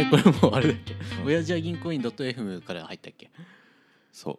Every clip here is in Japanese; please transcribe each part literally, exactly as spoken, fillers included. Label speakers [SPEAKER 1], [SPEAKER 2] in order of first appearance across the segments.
[SPEAKER 1] れこれもうあれだっけ、うん、親父は銀行員 .fm から入ったっけ。
[SPEAKER 2] そう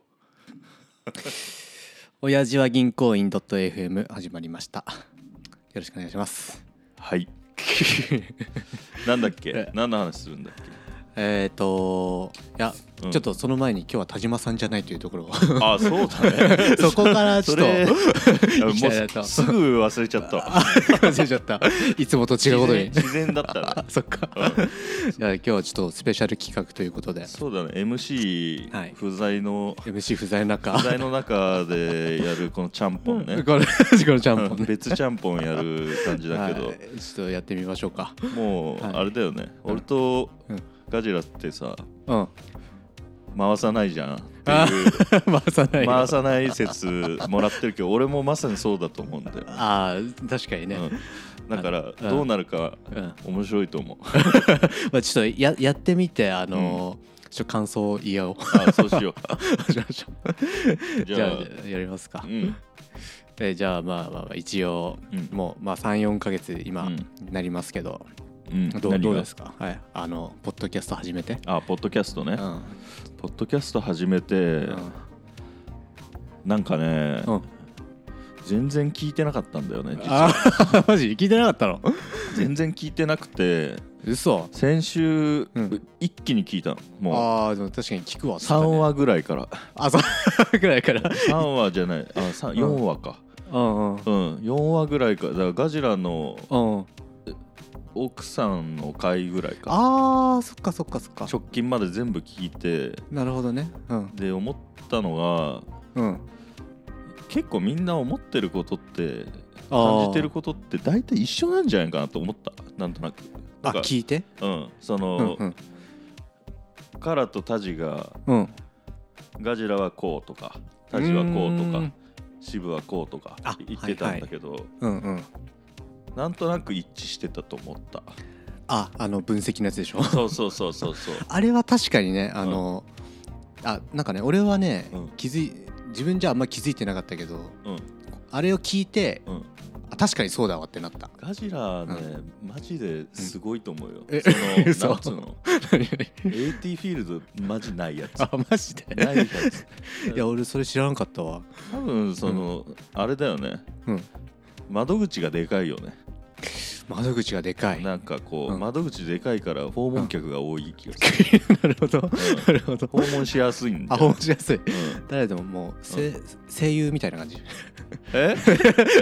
[SPEAKER 1] 親父は銀行員 .fm 始まりました。よろしくお願いします。
[SPEAKER 2] はいなんだっけ、何の話するんだっけ。
[SPEAKER 1] えっ、ー、といや、うん、ちょっとその前に今日は田島さんじゃないというところを
[SPEAKER 2] あ、そうだね
[SPEAKER 1] そこからちょっと
[SPEAKER 2] もうすぐ忘れちゃった
[SPEAKER 1] 忘れちゃったいつもと違うことに
[SPEAKER 2] 自然だったね
[SPEAKER 1] そっか、うん、じゃあ今日はちょっとスペシャル企画ということで。
[SPEAKER 2] そうだね、 エムシー 不在の、
[SPEAKER 1] はい、エムシー 不在の中
[SPEAKER 2] 不在の中でやるこのちゃんぽんね
[SPEAKER 1] これこのちゃんぽん、ね、
[SPEAKER 2] 別ちゃんぽんやる感じだけど、はい、
[SPEAKER 1] ちょっとやってみましょうか。
[SPEAKER 2] もう、はい、あれだよね、うん、俺とガジラってさ、うん、回さないじゃんっていう
[SPEAKER 1] 回さない
[SPEAKER 2] 回さない説もらってるけど俺もまさにそうだと思うんだよ。
[SPEAKER 1] ああ確かにね、うん、
[SPEAKER 2] だからどうなるか面白いと思う
[SPEAKER 1] まあちょっと や, やってみてあのーうん、ちょっと感想を言い合おう。
[SPEAKER 2] あ、そうしよう
[SPEAKER 1] じゃあじゃあやりますか、うん、えじゃあまあまあ一応、うん、もうまあ さん,よん ヶ月今なりますけど、うん、ど, うどうですか、はい、あのポッドキャスト始めて。
[SPEAKER 2] あ、ポッドキャストね、うん、ポッドキャスト始めて、うん、なんかね、うん、全然聞いてなかったんだよね実は。
[SPEAKER 1] あマジ聞いてなかったの
[SPEAKER 2] 全然聞いてなくて。
[SPEAKER 1] 嘘。
[SPEAKER 2] 先週、うん、一気に聞いたの。もう
[SPEAKER 1] ああでも確かに聞くわ、ね、
[SPEAKER 2] さんわぐらいから。
[SPEAKER 1] あさんわぐらいから
[SPEAKER 2] さんわじゃないあよんわか、うんうんうん、よんわぐらいから。だからガジラの、うん奥さんの回ぐらいか。
[SPEAKER 1] あーそっかそっかそっか。
[SPEAKER 2] 直近まで全部聞いて。
[SPEAKER 1] なるほどね、うん、
[SPEAKER 2] で思ったのが、うん、結構みんな思ってることって感じてることって大体一緒なんじゃないかなと思った。なんとなく
[SPEAKER 1] あ聞いて、
[SPEAKER 2] うんその、うんうん、カラとタジが、うん、ガジラはこうとかタジはこうとかシブはこうとか言ってたんだけど、はいはいうんうんなんとなく一致してたと思った。
[SPEAKER 1] あ、あの分析のやつでしょ。
[SPEAKER 2] そうそうそうそうそう
[SPEAKER 1] あれは確かにね、あの、うん、あなんかね俺はね、うん、気づい自分じゃあんま気づいてなかったけど、うん、あれを聞いて、うん、あ確かにそうだわってなった。
[SPEAKER 2] ガジラね、うん、マジですごいと思うよ。
[SPEAKER 1] うん、
[SPEAKER 2] その
[SPEAKER 1] そ
[SPEAKER 2] なんつうのエーティー フィールドマジないやつ。
[SPEAKER 1] あマジで
[SPEAKER 2] ないやつ。
[SPEAKER 1] いや俺それ知らなかったわ。
[SPEAKER 2] 多分その、うん、あれだよね、うん、窓口がでかいよね。
[SPEAKER 1] 窓口がでかい。
[SPEAKER 2] なんかこう、うん、窓口でかいから訪問客が多い気がする、
[SPEAKER 1] うん、なるほど、うん、なるほど。
[SPEAKER 2] 訪問しやすいんだよ。
[SPEAKER 1] あ訪問しやすい、うん、誰でももう、うん、声優みたいな感じ。
[SPEAKER 2] え
[SPEAKER 1] ス,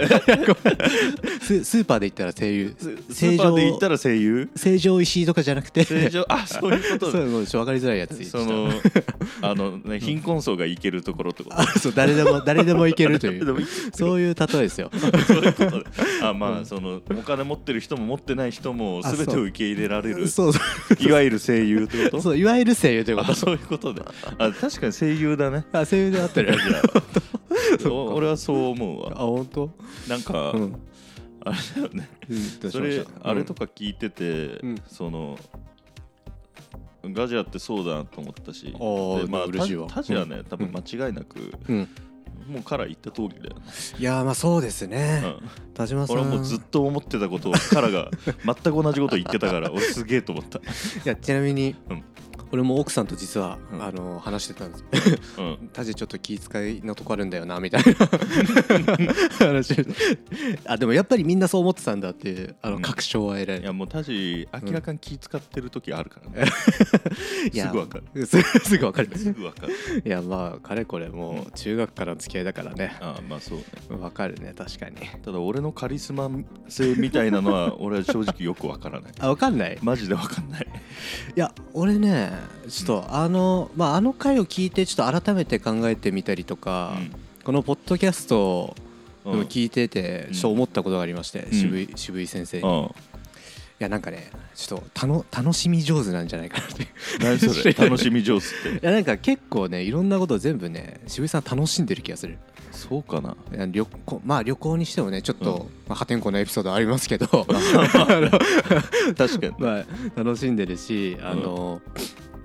[SPEAKER 1] スーパーで言ったら声優。
[SPEAKER 2] スーパーで言ったら声優
[SPEAKER 1] 成城石井とかじゃなくて
[SPEAKER 2] 成城あそういうこと
[SPEAKER 1] そう分かりづらいやつ。
[SPEAKER 2] そのあの、ね、貧困層が行けるところってこと。
[SPEAKER 1] あそう誰でも誰でも行けるというそういう例えですよ。
[SPEAKER 2] そういうことであまあ、うん、そのお金持ってる人も持ってない人も全てを受け入れられる。そうそういわゆる声優ってこと。
[SPEAKER 1] そういわゆる声優ということ。
[SPEAKER 2] あそういうことであ確かに声優だね。
[SPEAKER 1] あ声優で合ってる
[SPEAKER 2] 俺はそう思うわ。
[SPEAKER 1] あ本当
[SPEAKER 2] なんか、うん、あれだよね、うん、それ、うん、あれとか聞いてて、うん、そのガジラってそうだなと思ったし、で、まあ、嬉しいわ。タジはね、うん、多分間違いなく、うん、もうカラ言った通りだよね。
[SPEAKER 1] いやまあそうですね、うん、田島さん
[SPEAKER 2] 俺はもうずっと思ってたことをカラが全く同じこと言ってたから俺すげえと思った。い
[SPEAKER 1] やちなみに、うん俺も奥さんと実は、うん、あの話してたんですよ、うん、タジちょっと気遣いのとこあるんだよなみたいな話あでもやっぱりみんなそう思ってたんだっていうあの確証は得られる、
[SPEAKER 2] うん、いやもうタジ明らかに気遣ってる時あるからね、うん、すぐ分かる
[SPEAKER 1] すぐ分かる
[SPEAKER 2] すぐ分かる
[SPEAKER 1] いやまあかれこれもう中学からの付き合いだからね、
[SPEAKER 2] ああまあそうね
[SPEAKER 1] 分かるね確かに。
[SPEAKER 2] ただ俺のカリスマ性みたいなのは俺は正直よく分からない。
[SPEAKER 1] あ分かんない
[SPEAKER 2] マジで分かんない。い
[SPEAKER 1] や俺ねちょっとあのまああの回を聞いてちょっと改めて考えてみたりとか、うん、このポッドキャストを聞いててちょっと思ったことがありまして、うん、渋い渋い先生に、うん、いやなんかねちょっとたの楽しみ上手なんじゃないかなって
[SPEAKER 2] 何それ楽しみ上手って。
[SPEAKER 1] いやなんか結構ねいろんなことを全部ね渋井さん楽しんでる気がする。
[SPEAKER 2] そうかな。
[SPEAKER 1] 旅行まあ旅行にしてもねちょっと、うんまあ、破天荒なエピソードありますけど確
[SPEAKER 2] かに、
[SPEAKER 1] まあ、楽しんでるしあの、うん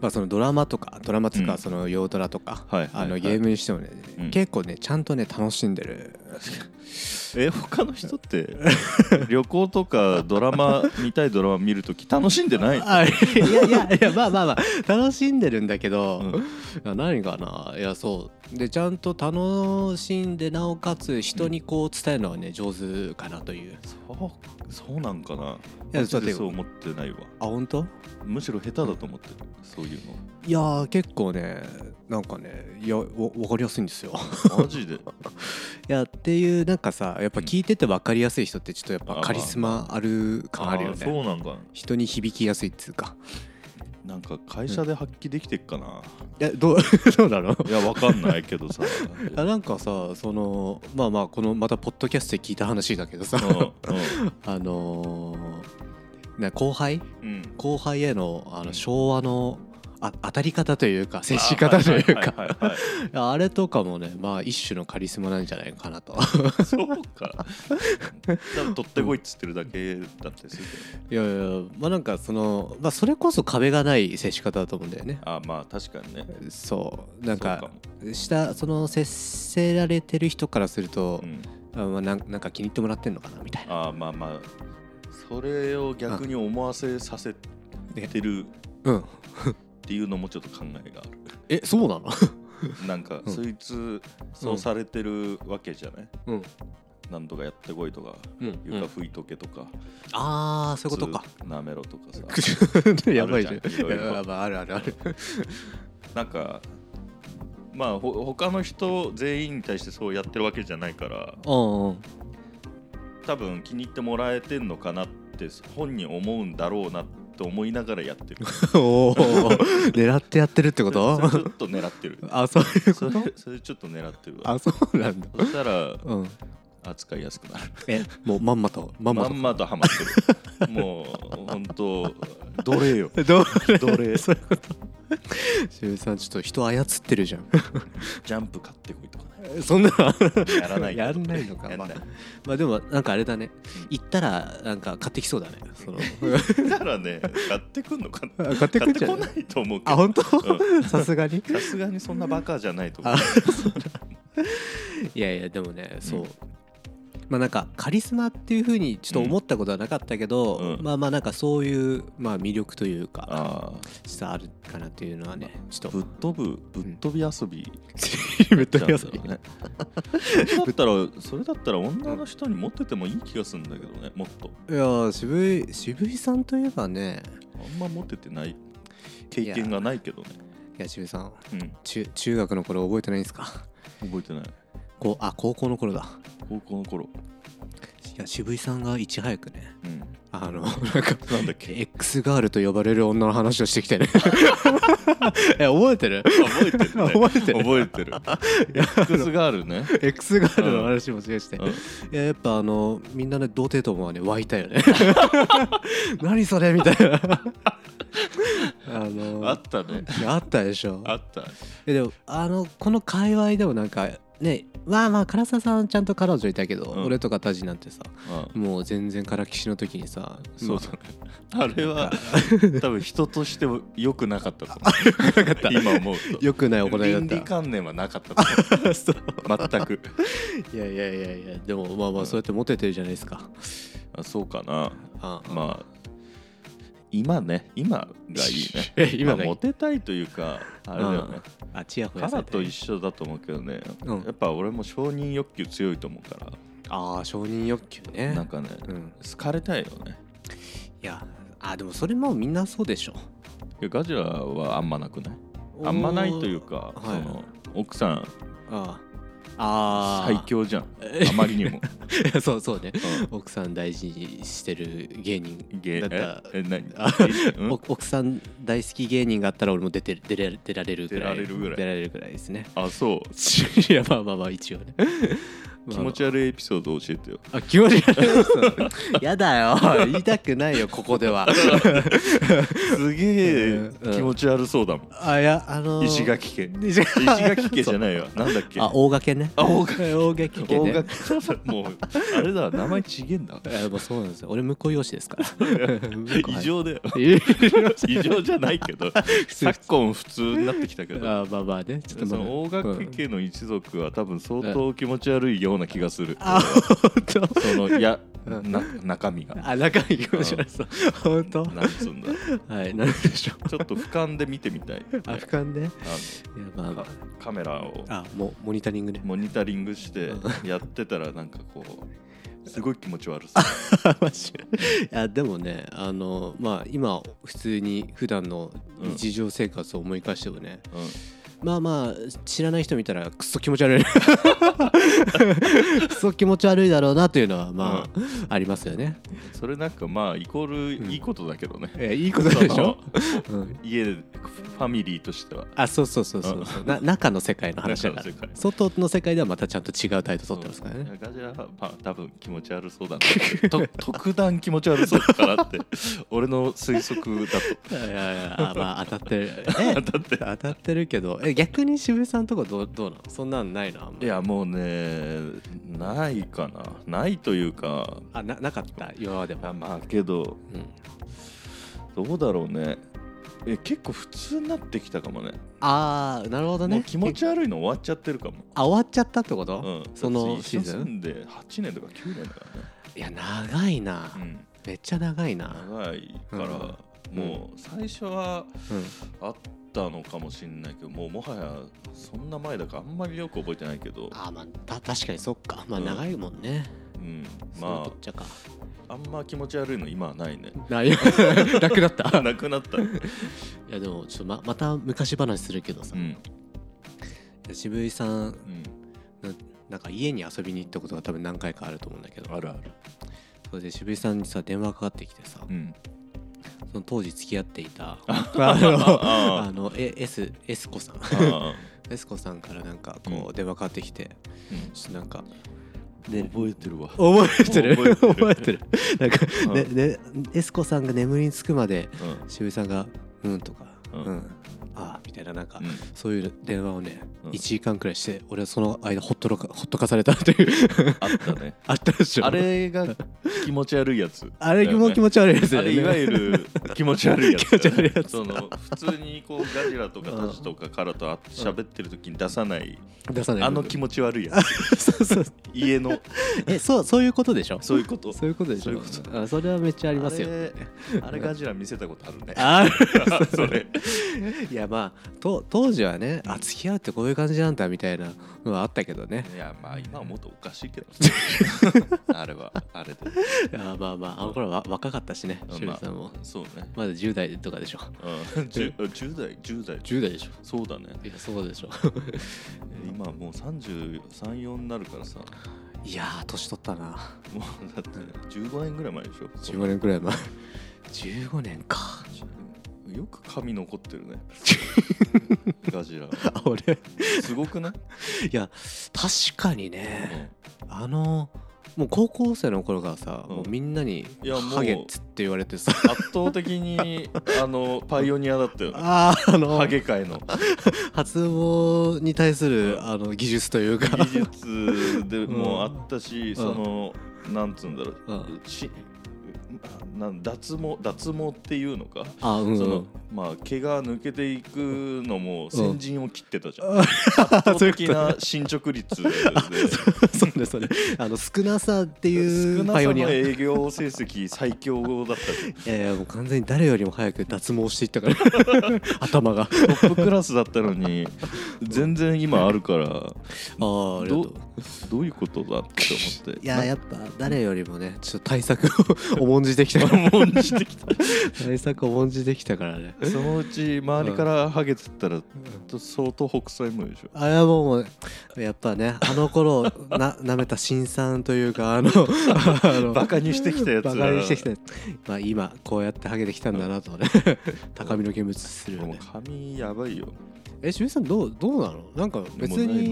[SPEAKER 1] まあ、そのドラマとかドラマとかその洋ドラとか、うん、あのゲームにしてもね、うん、結構ねちゃんとね楽しんでる。
[SPEAKER 2] え他の人って旅行とかドラマ見たいドラマ見るとき楽しんでない？
[SPEAKER 1] あいやいやいやまあまあまあ楽しんでるんだけど、うん、何かないやそうでちゃんと楽しんでなおかつ人にこう伝えるのはね上手かなという。
[SPEAKER 2] そうそうなんかな。いやそう思ってないわ。
[SPEAKER 1] あ本当？
[SPEAKER 2] むしろ下手だと思ってる、うん、そういうの。
[SPEAKER 1] いやー結構ねなんかねいや分かりやすいんですよ。
[SPEAKER 2] マジで？い
[SPEAKER 1] やっていうなんかさやっぱ聞いてて分かりやすい人ってちょっとやっぱカリスマある感あるよね。
[SPEAKER 2] そうなんか。
[SPEAKER 1] 人に響きやすいっつうか。
[SPEAKER 2] なんか会社で発揮できてっかな。うん、い
[SPEAKER 1] やどうどうなの？
[SPEAKER 2] いや分かんないけどさ。
[SPEAKER 1] あなんかさそのまあまあこのまたポッドキャストで聞いた話だけどさ、うんうん、あのー、後輩、うん、後輩へのあの昭和のあ当たり方というか接し方というかあれとかもねまあ一種のカリスマなんじゃないかなと。
[SPEAKER 2] そうか。多分取ってこいっつってるだけだったりする
[SPEAKER 1] けど、いやいやまあなんかそのまあそれこそ壁がない接し方だと思うんだよね。
[SPEAKER 2] あまあ確かにね。
[SPEAKER 1] そうなんかしたその接せられてる人からすると、うん、あまあな ん, なんか気に入ってもらってんのかなみたいな。
[SPEAKER 2] あまあまあそれを逆に思わせさせてる。うん。っていうのもちょっと考えがある。
[SPEAKER 1] えそうなの？
[SPEAKER 2] なんか、うん、そいつそうされてるわけじゃない、うん、何とかやってこいとか、うん、床拭いとけとか、うん、
[SPEAKER 1] ああそういうことか。
[SPEAKER 2] なめろとかさ
[SPEAKER 1] やばいじゃん。いろいろあるあるある。
[SPEAKER 2] なんかまあほ他の人全員に対してそうやってるわけじゃないから、うんうん、多分気に入ってもらえてんのかなって本人思うんだろうなってと思いながらやってる。
[SPEAKER 1] お狙ってやってるってこと？
[SPEAKER 2] それちょっと狙ってる。
[SPEAKER 1] あそういうこと？
[SPEAKER 2] それ、それちょっと狙ってるわ。
[SPEAKER 1] あそうなんだ。
[SPEAKER 2] そしたら、うん、扱いやすくなる。
[SPEAKER 1] えもうまんまと
[SPEAKER 2] まんまとまんまとハマってる。もう本当奴隷よ。
[SPEAKER 1] 奴隷。そういうこと。しゅうさんちょっと人操ってるじゃん。
[SPEAKER 2] ジャンプ買ってこいとかね。
[SPEAKER 1] そんな
[SPEAKER 2] やらない。
[SPEAKER 1] やらないのか。まあ、まあでもなんかあれだね。行ったらなんか買ってきそうだね。その
[SPEAKER 2] だからね買ってくんのかな。
[SPEAKER 1] 買ってくんじゃ
[SPEAKER 2] 買ってこないと思うけど。
[SPEAKER 1] あ本当？さすがに。
[SPEAKER 2] さすがにそんなバカじゃないと思う。
[SPEAKER 1] いやいやでもねそう。うんまあなんかカリスマっていう風にちょっと思ったことはなかったけど、うん、まあまあなんかそういうまあ魅力というかああるかなっていうのはねちょっと
[SPEAKER 2] ぶっ飛ぶぶっ飛び遊び、
[SPEAKER 1] うん、ぶっ飛び遊びね。
[SPEAKER 2] だったらそれだったら女の人に持っててもいい気がするんだけどねもっと。
[SPEAKER 1] いや渋い渋井さんといえばね
[SPEAKER 2] あんま持っててない経験がないけどね。
[SPEAKER 1] いや渋井さん、うん、中中学の頃覚えてないんですか？
[SPEAKER 2] 覚えてない。
[SPEAKER 1] こうあ高校の頃だ。
[SPEAKER 2] 高校の頃
[SPEAKER 1] いや渋井さんがいち早くね、うん、あのなんか
[SPEAKER 2] なんだっけ
[SPEAKER 1] X ガールと呼ばれる女の話をしてきてねえ覚えてる？
[SPEAKER 2] 覚えてる、ね、
[SPEAKER 1] 覚えてる
[SPEAKER 2] 覚えてる X ガールね
[SPEAKER 1] X ガールの話もしして、うん、いややっぱあのみんなね童貞ともはね湧いたよね何それみたいな
[SPEAKER 2] あのあったね
[SPEAKER 1] あったでしょ。
[SPEAKER 2] あった
[SPEAKER 1] えでもあのこの界隈でもなんかねまあまあ唐沢さんちゃんと彼女いたけど、うん、俺とかタジなんてさ、うん、もう全然からきしの時にさ
[SPEAKER 2] そうだねあれは多分人として良くなかったと思
[SPEAKER 1] う。良くなかった
[SPEAKER 2] 今思うと
[SPEAKER 1] 良くない行いだった。
[SPEAKER 2] 倫理観念はなかったと思う全く
[SPEAKER 1] いやいやいやいやでもまあまあそうやってモテてるじゃないですか。
[SPEAKER 2] あそうかなあまあ今ね今がいいね今がいい、まあ、モテたいというかあれだよね、
[SPEAKER 1] うん、あチヤホヤ
[SPEAKER 2] されてと一緒だと思うけどね、うん、やっぱ俺も承認欲求強いと思うから。
[SPEAKER 1] ああ承認欲求ね
[SPEAKER 2] なんかね、うん、好かれたいよね。
[SPEAKER 1] いやあでもそれもみんなそうでしょ。
[SPEAKER 2] いやガジラはあんまなくない？あんまないというか、はい、その奥さんああ最強じゃんあまりにも
[SPEAKER 1] そうそうね、うん、奥さん大事にしてる芸人だったら
[SPEAKER 2] え何
[SPEAKER 1] 奥さん大好き芸人があったら俺も出て出られるぐらい
[SPEAKER 2] 出られるぐらい
[SPEAKER 1] 出られるぐらいですね。
[SPEAKER 2] あそう
[SPEAKER 1] いやまあまあまあ一応ね
[SPEAKER 2] 気持ち悪いエピソード教えてよ。
[SPEAKER 1] あ、気持ち悪いエピソードやだよ、言いたくないよここでは
[SPEAKER 2] すげえ気持ち悪そうだもん。
[SPEAKER 1] あ、いや、あのー、
[SPEAKER 2] 石垣家石垣家じゃないよ、なんだっけ。
[SPEAKER 1] あ、大垣ね。
[SPEAKER 2] あ、大垣
[SPEAKER 1] 大垣家ね。
[SPEAKER 2] 大垣もうあれだ、名前ちげえんだ。
[SPEAKER 1] いや、もうそうなんですよ、俺婿養子ですから
[SPEAKER 2] 異常だよ異常じゃないけど昨今普通になってきたけど。
[SPEAKER 1] あ、まあまあね、ちょっと
[SPEAKER 2] その大垣家の一族は多分相当気持ち悪いような気がする。
[SPEAKER 1] あ、本当。
[SPEAKER 2] そのいやな中身が。
[SPEAKER 1] あ、中身気持ち悪そう。本当。
[SPEAKER 2] なんつうんだ。
[SPEAKER 1] はい、なんでしょう。
[SPEAKER 2] ちょっと俯瞰で見てみたい。
[SPEAKER 1] あ、俯瞰で。いや、
[SPEAKER 2] まあカメラを
[SPEAKER 1] あ、もモニタリングね。
[SPEAKER 2] モニタリングしてやってたらなんかこうすごい気持ち悪さ。
[SPEAKER 1] マジ。いや、でもね、あのまあ今普通に普段の日常生活を思い返してもね。うんうん、まあまあ知らない人見たらクソ気持ち悪いクソ気持ち悪いだろうなというのはまあ、うん、ありますよね。
[SPEAKER 2] それなんかまあイコールいいことだけどね。
[SPEAKER 1] うん、えいいことでしょうん、
[SPEAKER 2] 家でファミリーとしては。
[SPEAKER 1] あ、そうそうそうそう、うん、な中の世界の話だから。外の世界ではまたちゃんと違う態度取ってますからね。
[SPEAKER 2] うん、ガジラはまあ多分気持ち悪そうだなと特段気持ち悪そうかなって俺の推測だと。
[SPEAKER 1] いやいや、まあ当たってる当たって当たってるけど、え逆に渋井さんとこどうどうなの？そんなんないな。
[SPEAKER 2] いやもうね、ないかな。ないというか、
[SPEAKER 1] あ、な, なかった今までも。
[SPEAKER 2] あ、まあけど、うん、どうだろうね。え結構普通になってきたかもね。
[SPEAKER 1] ああ、なるほどね。
[SPEAKER 2] もう気持ち悪いの終わっちゃってるかも。
[SPEAKER 1] あ、終わっちゃったってこと？
[SPEAKER 2] うん、
[SPEAKER 1] そのシーズン。
[SPEAKER 2] 住んではちねんとかきゅうねんだからね。
[SPEAKER 1] いや長いな、うん、めっちゃ長いな。
[SPEAKER 2] 長いから、うん、もう最初はあったのかもしれないけど、もうもはやそんな前だからあんまりよく覚えてないけど。
[SPEAKER 1] あ、まあた確かにそっか。まあ長いもんね。
[SPEAKER 2] うん、うん、まああんま気持ち悪いの今はないね。
[SPEAKER 1] ないなくなった
[SPEAKER 2] なくなったい
[SPEAKER 1] やでもちょっと ま, また昔話するけどさ、うん、渋井さん、うん、な, なんか家に遊びに行ったことが多分何回かあると思うんだけど。
[SPEAKER 2] あるある。
[SPEAKER 1] それで渋井さんにさ電話かかってきてさ、うん、その当時付き合っていたあのあのえ S, S 子さんS 子さんからなんかこう電話かかってきて、うん、ちょっとなんか
[SPEAKER 2] ね、覚えてるわ。
[SPEAKER 1] 覚えてる覚えてるなんか、ねね、エスコさんが眠りにつくまで、うん、渋井さんがうんとか、うん、うん、ああみたいななんか、うん、そういう電話をね、うん、いちじかんくらいして俺はその間ほっとろかほっとかされたという
[SPEAKER 2] あったね。
[SPEAKER 1] あったでしょ。
[SPEAKER 2] あれが気持ち悪いやつ、ね、
[SPEAKER 1] あれも気持ち悪いやつ、ね、
[SPEAKER 2] あれいわゆる気持ち悪いやつ、ね、
[SPEAKER 1] 気持ち悪いやつ。
[SPEAKER 2] その普通にこうガジラとかタジとかカラと喋ってる時に出さない
[SPEAKER 1] 出さない
[SPEAKER 2] あの気持ち悪いやつ
[SPEAKER 1] そうそう
[SPEAKER 2] 家の
[SPEAKER 1] えそうそういうことでしょ。
[SPEAKER 2] そういうこと
[SPEAKER 1] そういうことでしょ。あそれはめっちゃありますよ。
[SPEAKER 2] あれ、あれガジラ見せたことあるね。
[SPEAKER 1] あ
[SPEAKER 2] それ
[SPEAKER 1] いやまあと当時はね、あ付き合うってこういう感じなんだみたいなのはあったけどね。
[SPEAKER 2] いやまあ今はもっとおかしいけどあれはあれで。
[SPEAKER 1] いやまあまああの頃は若かったしね、渋井さんも。
[SPEAKER 2] そうね。
[SPEAKER 1] まだじゅう代とかでしょ。
[SPEAKER 2] うん、じゅう代じゅう代
[SPEAKER 1] じゅう代でしょ。
[SPEAKER 2] そうだね。
[SPEAKER 1] いやそうでしょ
[SPEAKER 2] 今もうさんじゅうさん、よんになるからさ。
[SPEAKER 1] いやー年取ったな。
[SPEAKER 2] もうだってじゅうごねんぐらい前でしょ。
[SPEAKER 1] じゅうごねんぐらい前じゅうごねんか。
[SPEAKER 2] よく髪残ってるねガジラ。
[SPEAKER 1] あ俺
[SPEAKER 2] すごくない？
[SPEAKER 1] いや確かにね、うん、あのもう高校生の頃からさ、うん、もうみんなにハゲっつって言われてさ
[SPEAKER 2] 圧倒的にあのパイオニアだったよね。
[SPEAKER 1] ああの
[SPEAKER 2] ハゲ界の
[SPEAKER 1] 発毛に対する、うん、あの技術というか
[SPEAKER 2] 技術でもあったし、うん、そのなんつうんだろう、うん、しなん脱毛脱毛っていうのか、
[SPEAKER 1] あ、うんうん、
[SPEAKER 2] そのまあ毛が抜けていくのも先陣を切ってたじゃん、うん、圧倒的な進捗率で
[SPEAKER 1] そうですね、あの少なさっていう
[SPEAKER 2] パイオニア、少なさの営業成績最強だったじ
[SPEAKER 1] ゃん。いやいやもう完全に誰よりも早く脱毛していったから頭が
[SPEAKER 2] トップクラスだったのに全然今あるから、あ
[SPEAKER 1] あありがとう。
[SPEAKER 2] どういうことだって思って、
[SPEAKER 1] いややっぱ誰よりもねちょっと対策を重んじてきた
[SPEAKER 2] 重んじてきた
[SPEAKER 1] 対策を重んじてきたからね。
[SPEAKER 2] そのうち周りからハゲてったら相当北斎もでしょ。
[SPEAKER 1] あれはもうやっぱねあの頃な舐めた辛酸というかあの
[SPEAKER 2] あのバカにしてきたやつ
[SPEAKER 1] バカにしてきたやつ、まあ、今こうやってハゲてきたんだなとね高みの見物するよね。
[SPEAKER 2] もう髪やばいよ。
[SPEAKER 1] え、渋井さんどうどうなの？なんか別に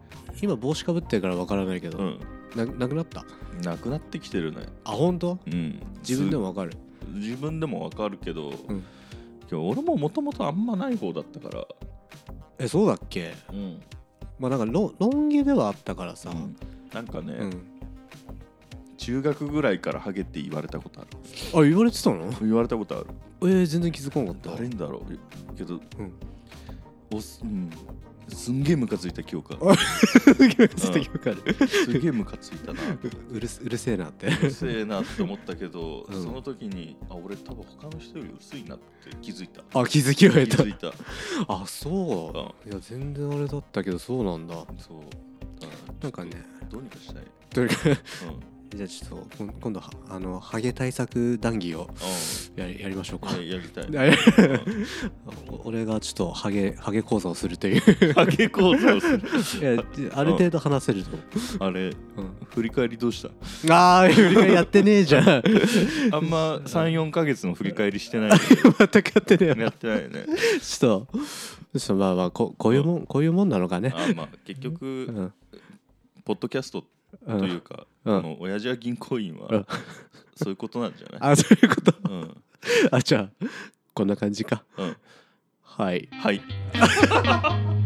[SPEAKER 1] 今帽子かぶってるからわからないけど、
[SPEAKER 2] うん、
[SPEAKER 1] な, なくなった
[SPEAKER 2] なくなってきてるね。
[SPEAKER 1] あ、本当？
[SPEAKER 2] うん、
[SPEAKER 1] 自分でもわかる。
[SPEAKER 2] 自分でもわかるけど、
[SPEAKER 1] うん、
[SPEAKER 2] 俺ももともとあんまない方だったから。
[SPEAKER 1] え、そうだっけ？
[SPEAKER 2] うん、
[SPEAKER 1] まあなんかロロン毛ではあったからさ、うん、
[SPEAKER 2] なんかね、うん、中学ぐらいからハゲって言われたことある。
[SPEAKER 1] あ、言われてたの？
[SPEAKER 2] 言われたことある。
[SPEAKER 1] えー、全然気づかなかった。
[SPEAKER 2] 誰んだろうけど、うん、おす、うん、すんげえムカついた記憶ある。
[SPEAKER 1] すげえムカついた記憶ある。
[SPEAKER 2] すげえムカついたな。
[SPEAKER 1] うるうるせえなって。
[SPEAKER 2] うるせえなって思ったけど、うん、その時にあ、俺多分他の人より薄いなって気づいた。
[SPEAKER 1] あ、気づきはえた。
[SPEAKER 2] 気づいた。
[SPEAKER 1] あ、そう、うん、いや全然あれだったけど、そうなんだ。
[SPEAKER 2] そう。
[SPEAKER 1] なんかね、
[SPEAKER 2] どうにかしたい。
[SPEAKER 1] どうにか、うん、じゃあちょっと今度はあのハゲ対策談義をや り, やりましょうか。
[SPEAKER 2] や, やりたい、
[SPEAKER 1] 俺がちょっとハゲハゲ講座をするという
[SPEAKER 2] ハゲ講座をする
[SPEAKER 1] いやある程度話せると、
[SPEAKER 2] うん、あれ、うん、振り返りどうした？
[SPEAKER 1] ああ、振り返りやってねえじゃん
[SPEAKER 2] あんま さん,よん ヶ月の振り返りしてない
[SPEAKER 1] 全くやってねえ
[SPEAKER 2] やってないよね。
[SPEAKER 1] ちょっとちょっとまあまあ こ, こういうもん、うん、こういうもんなのかね。
[SPEAKER 2] あ、まあ結局、うん、ポッドキャストというか、うん、あの親父は銀行員は、うん、そういうことなんじゃない？
[SPEAKER 1] あ、そういうこと、
[SPEAKER 2] うん、
[SPEAKER 1] あ、じゃあこんな感じか、
[SPEAKER 2] うん、
[SPEAKER 1] はい
[SPEAKER 2] はい